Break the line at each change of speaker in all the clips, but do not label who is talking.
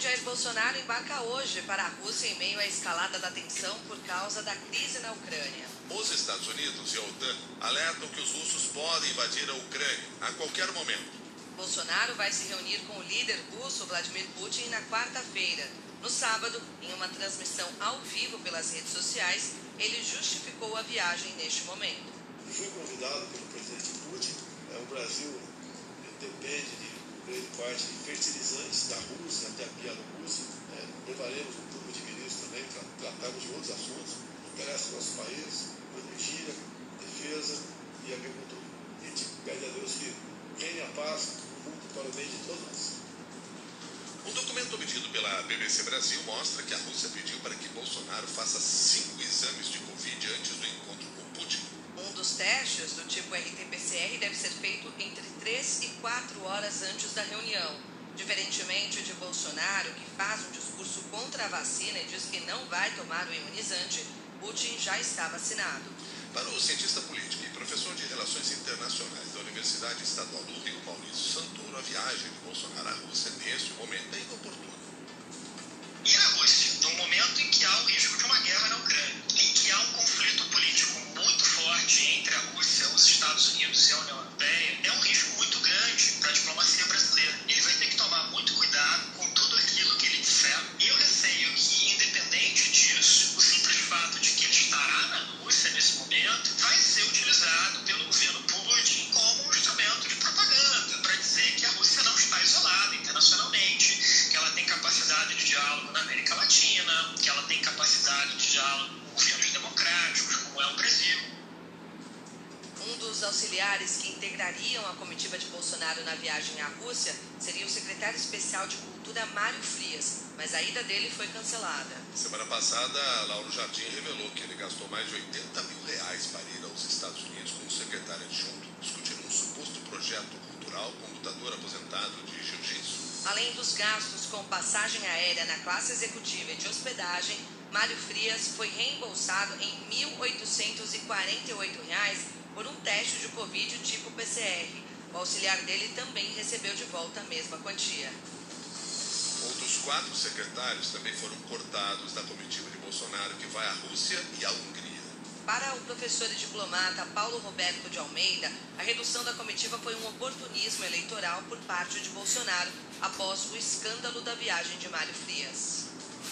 Jair Bolsonaro embarca hoje para a Rússia em meio à escalada da tensão por causa da crise na Ucrânia.
Os Estados Unidos e a OTAN alertam que os russos podem invadir a Ucrânia a qualquer momento.
Bolsonaro vai se reunir com o líder russo Vladimir Putin na quarta-feira. No sábado, em uma transmissão ao vivo pelas redes sociais, ele justificou a viagem neste momento.
Fui convidado pelo presidente Putin. O Brasil depende de grande parte de fertilizantes da Rússia, até a Bielorrússia. Levaremos um grupo de ministros também para tratarmos de outros assuntos que interessam ao nosso país, energia, defesa e agricultura. E a gente pede a Deus que reine a paz no mundo para o bem de todos nós.
Um documento obtido pela BBC Brasil mostra que a Rússia pediu para que Bolsonaro faça 5 exames de Covid antes do encontro com Putin.
Um dos testes, do tipo RT-PCR, deve ser feito entre 3 e 4 horas antes da reunião. Diferentemente de Bolsonaro, que faz um discurso contra a vacina e diz que não vai tomar o imunizante, Putin já está vacinado.
Para o cientista político e professor de Relações Internacionais da Universidade Estadual do Rio, Maurício Santoro, a viagem de Bolsonaro à Rússia neste momento é inoportuna.
E a Rússia, no momento em que há o risco de uma guerra na Ucrânia, em que há um conflito político muito forte entre a Rússia, os Estados Unidos e a União Europeia, é um risco muito grande para a diplomacia brasileira. Ele vai ter que tomar muito cuidado com tudo aquilo que ele disser. E eu receio que, independente disso, o simples fato de que ele estará na Rússia nesse momento vai ser utilizado pelo governo Putin como um instrumento de propaganda para dizer que a Rússia não está isolada internacionalmente, que ela tem capacidade de diálogo na América Latina, que ela tem capacidade de diálogo com governos democráticos, como é o Brasil.
Um dos auxiliares que integrariam a comitiva de Bolsonaro na viagem à Rússia seria o secretário especial de Cultura Mário Frias, mas a ida dele foi cancelada.
Semana passada, Lauro Jardim revelou que ele gastou mais de R$80 mil para ir aos Estados Unidos com o secretário adjunto, discutindo um suposto projeto cultural com o lutador aposentado de jiu-jitsu.
Além dos gastos com passagem aérea na classe executiva e de hospedagem, Mário Frias foi reembolsado em R$ 1.848 por um teste de Covid tipo PCR. O auxiliar dele também recebeu de volta a mesma quantia.
Outros 4 secretários também foram cortados da comitiva de Bolsonaro, que vai à Rússia e à Hungria.
Para o professor e diplomata Paulo Roberto de Almeida, a redução da comitiva foi um oportunismo eleitoral por parte de Bolsonaro, após o escândalo da viagem de Mário Frias.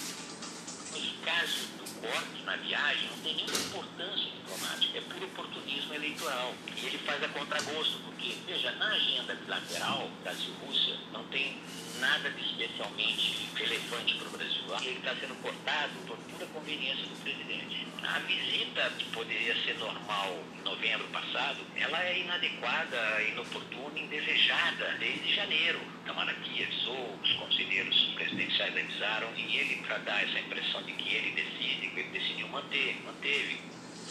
No caso do corte na viagem, não tem nenhuma importância diplomática, é puro oportunismo eleitoral. E ele faz a contragosto, porque, veja, na agenda bilateral Brasil-Rússia, não tem nada de especialmente relevante para o Brasil. E ele está sendo cortado por pura conveniência do presidente. A visita, que poderia ser normal em novembro passado, ela é inadequada, inoportuna, indesejada desde janeiro. A monarquia avisou, os conselheiros presidenciais avisaram, e ele, para dar essa impressão de que ele decide, que ele decidiu manter, manteve.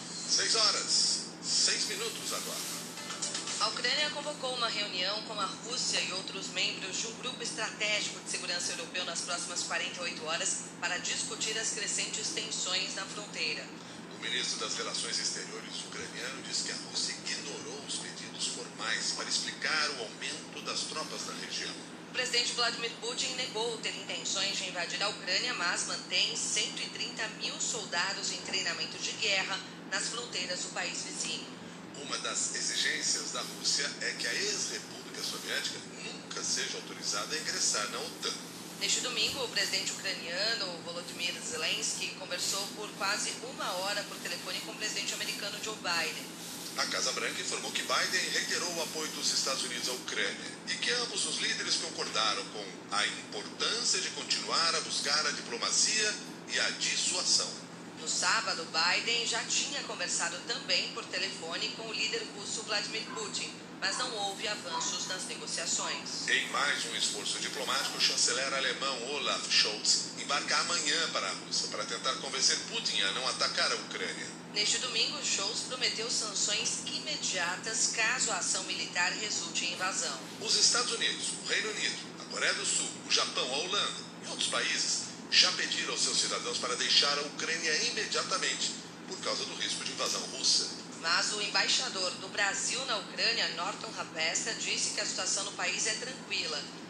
6 horas, 6 minutos agora.
A Ucrânia convocou uma reunião com a Rússia e outros membros de um grupo estratégico de segurança europeu nas próximas 48 horas para discutir as crescentes tensões na fronteira.
O ministro das Relações Exteriores ucraniano diz que a Rússia ignorou os pedidos formais para explicar o aumento das tropas na região.
O presidente Vladimir Putin negou ter intenções de invadir a Ucrânia, mas mantém 130 mil soldados em treinamento de guerra nas fronteiras do país vizinho.
Uma das exigências da Rússia é que a ex-república soviética nunca seja autorizada a ingressar na OTAN.
Neste domingo, o presidente ucraniano Volodymyr Zelensky conversou por quase 1 hora por telefone com o presidente americano Joe Biden.
A Casa Branca informou que Biden reiterou o apoio dos Estados Unidos à Ucrânia e que ambos os líderes concordaram com a importância de continuar a buscar a diplomacia e a dissuasão.
No sábado, Biden já tinha conversado também por telefone com o líder russo Vladimir Putin, mas não houve avanços nas negociações.
Em mais um esforço diplomático, o chanceler alemão Olaf Scholz embarca amanhã para a Rússia para tentar convencer Putin a não atacar a Ucrânia.
Neste domingo, Scholz prometeu sanções imediatas caso a ação militar resulte em invasão.
Os Estados Unidos, o Reino Unido, a Coreia do Sul, o Japão, a Holanda e outros países já pediram aos seus cidadãos para deixar a Ucrânia imediatamente por causa do risco de invasão russa.
Mas o embaixador do Brasil na Ucrânia, Norton Rapesta, disse que a situação no país é tranquila.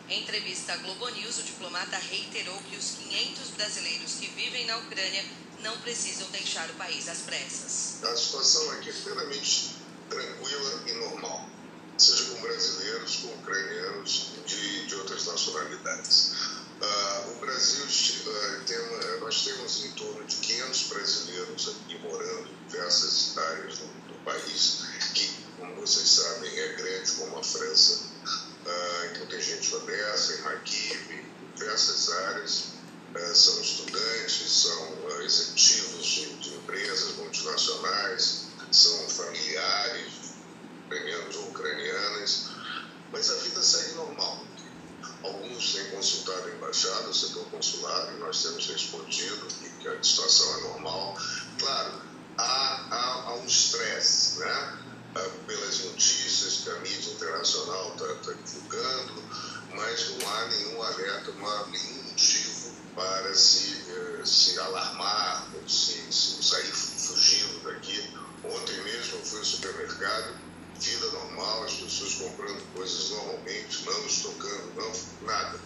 Em entrevista à Globo News, o diplomata reiterou que os 500 brasileiros que vivem na Ucrânia não precisam deixar o país às pressas.
A situação aqui é plenamente tranquila e normal, seja com brasileiros, com ucranianos de outras nacionalidades. O Brasil, nós temos em torno de 500 brasileiros aqui morando em diversas áreas do país, que, como vocês sabem, é grande como a França. Então tem gente em Odessa, em Kharkiv, em diversas áreas. São estudantes, são executivos de empresas multinacionais, são familiares, ucranianos ou ucranianas, mas a vida segue normal. Alguns têm consultado a embaixada, o setor consular, e nós temos respondido que a situação é normal. Claro, há um estresse, né? Pelas notícias que a mídia internacional está divulgando, mas não há nenhum alerta, não há nenhum motivo para se alarmar, ou se sair fugindo daqui. Ontem mesmo eu fui ao supermercado, vida normal, as pessoas comprando coisas normalmente, não estocando, nada.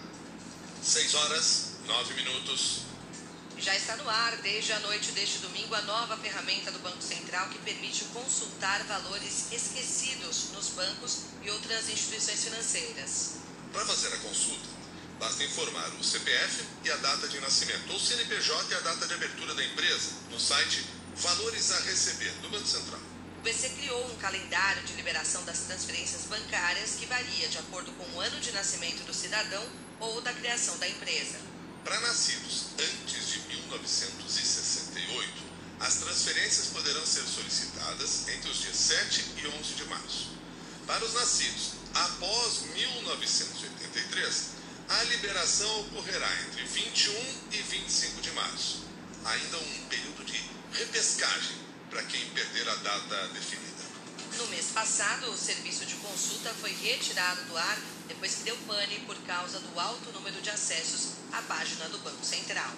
6h09.
Já está no ar, desde a noite deste domingo, a nova ferramenta do Banco Central que permite consultar valores esquecidos nos bancos e outras instituições financeiras.
Para fazer a consulta, basta informar o CPF e a data de nascimento, ou CNPJ e a data de abertura da empresa, no site Valores a Receber, do Banco Central.
O BC criou um calendário de liberação das transferências bancárias que varia de acordo com o ano de nascimento do cidadão ou da criação da empresa.
Para nascidos antes de 1968, as transferências poderão ser solicitadas entre os dias 7 e 11 de março. Para os nascidos após 1983, a liberação ocorrerá entre 21 e 25 de março. Ainda um período de repescagem para quem perder a data definida.
No mês passado, o serviço de consulta foi retirado do ar depois que deu pane por causa do alto número de acessos à página do Banco Central.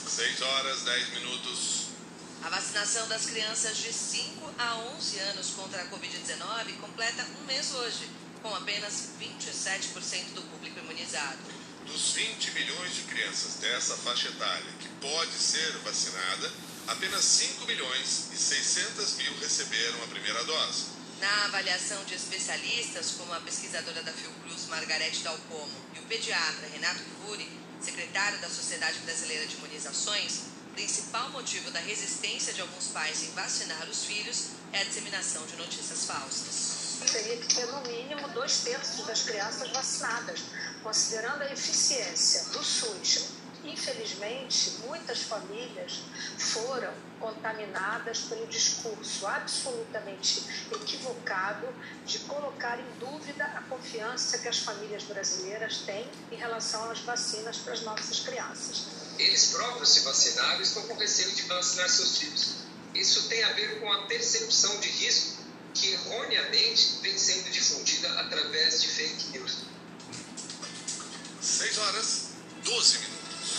6h10.
A vacinação das crianças de 5 a 11 anos contra a Covid-19 completa um mês hoje, com apenas 27% do público imunizado.
Dos 20 milhões de crianças dessa faixa etária que pode ser vacinada, apenas 5 milhões e 600 mil receberam a primeira dose.
Na avaliação de especialistas, como a pesquisadora da Fiocruz, Margarete Dalcomo, e o pediatra Renato Cury, secretário da Sociedade Brasileira de Imunizações, o principal motivo da resistência de alguns pais em vacinar os filhos é a disseminação de notícias falsas.
Teria que ter no mínimo 2/3 das crianças vacinadas, considerando a eficiência do SUS. Infelizmente, muitas famílias foram contaminadas pelo discurso absolutamente equivocado de colocar em dúvida a confiança que as famílias brasileiras têm em relação às vacinas para as nossas crianças.
Eles próprios se vacinaram e estão com receio de vacinar seus filhos. Isso tem a ver com a percepção de risco que erroneamente vem sendo difundida através de fake news.
6h12.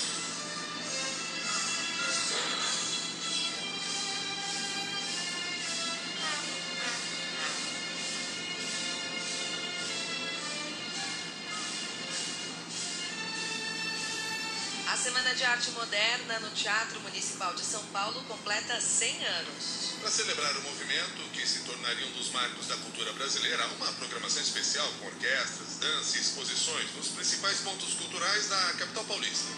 A Semana de Arte Moderna no Teatro Municipal de São Paulo completa 100 anos.
Para celebrar o movimento, que se tornaria um dos marcos da cultura brasileira, há uma programação especial com orquestras, dança e exposições nos principais pontos culturais da capital paulista.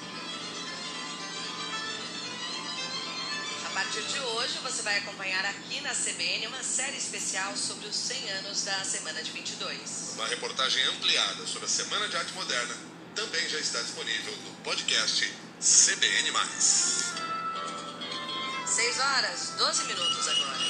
A partir de hoje, você vai acompanhar aqui na CBN uma série especial sobre os 100 anos da Semana de 22.
Uma reportagem ampliada sobre a Semana de Arte Moderna também já está disponível no podcast CBN+.
6h12 agora.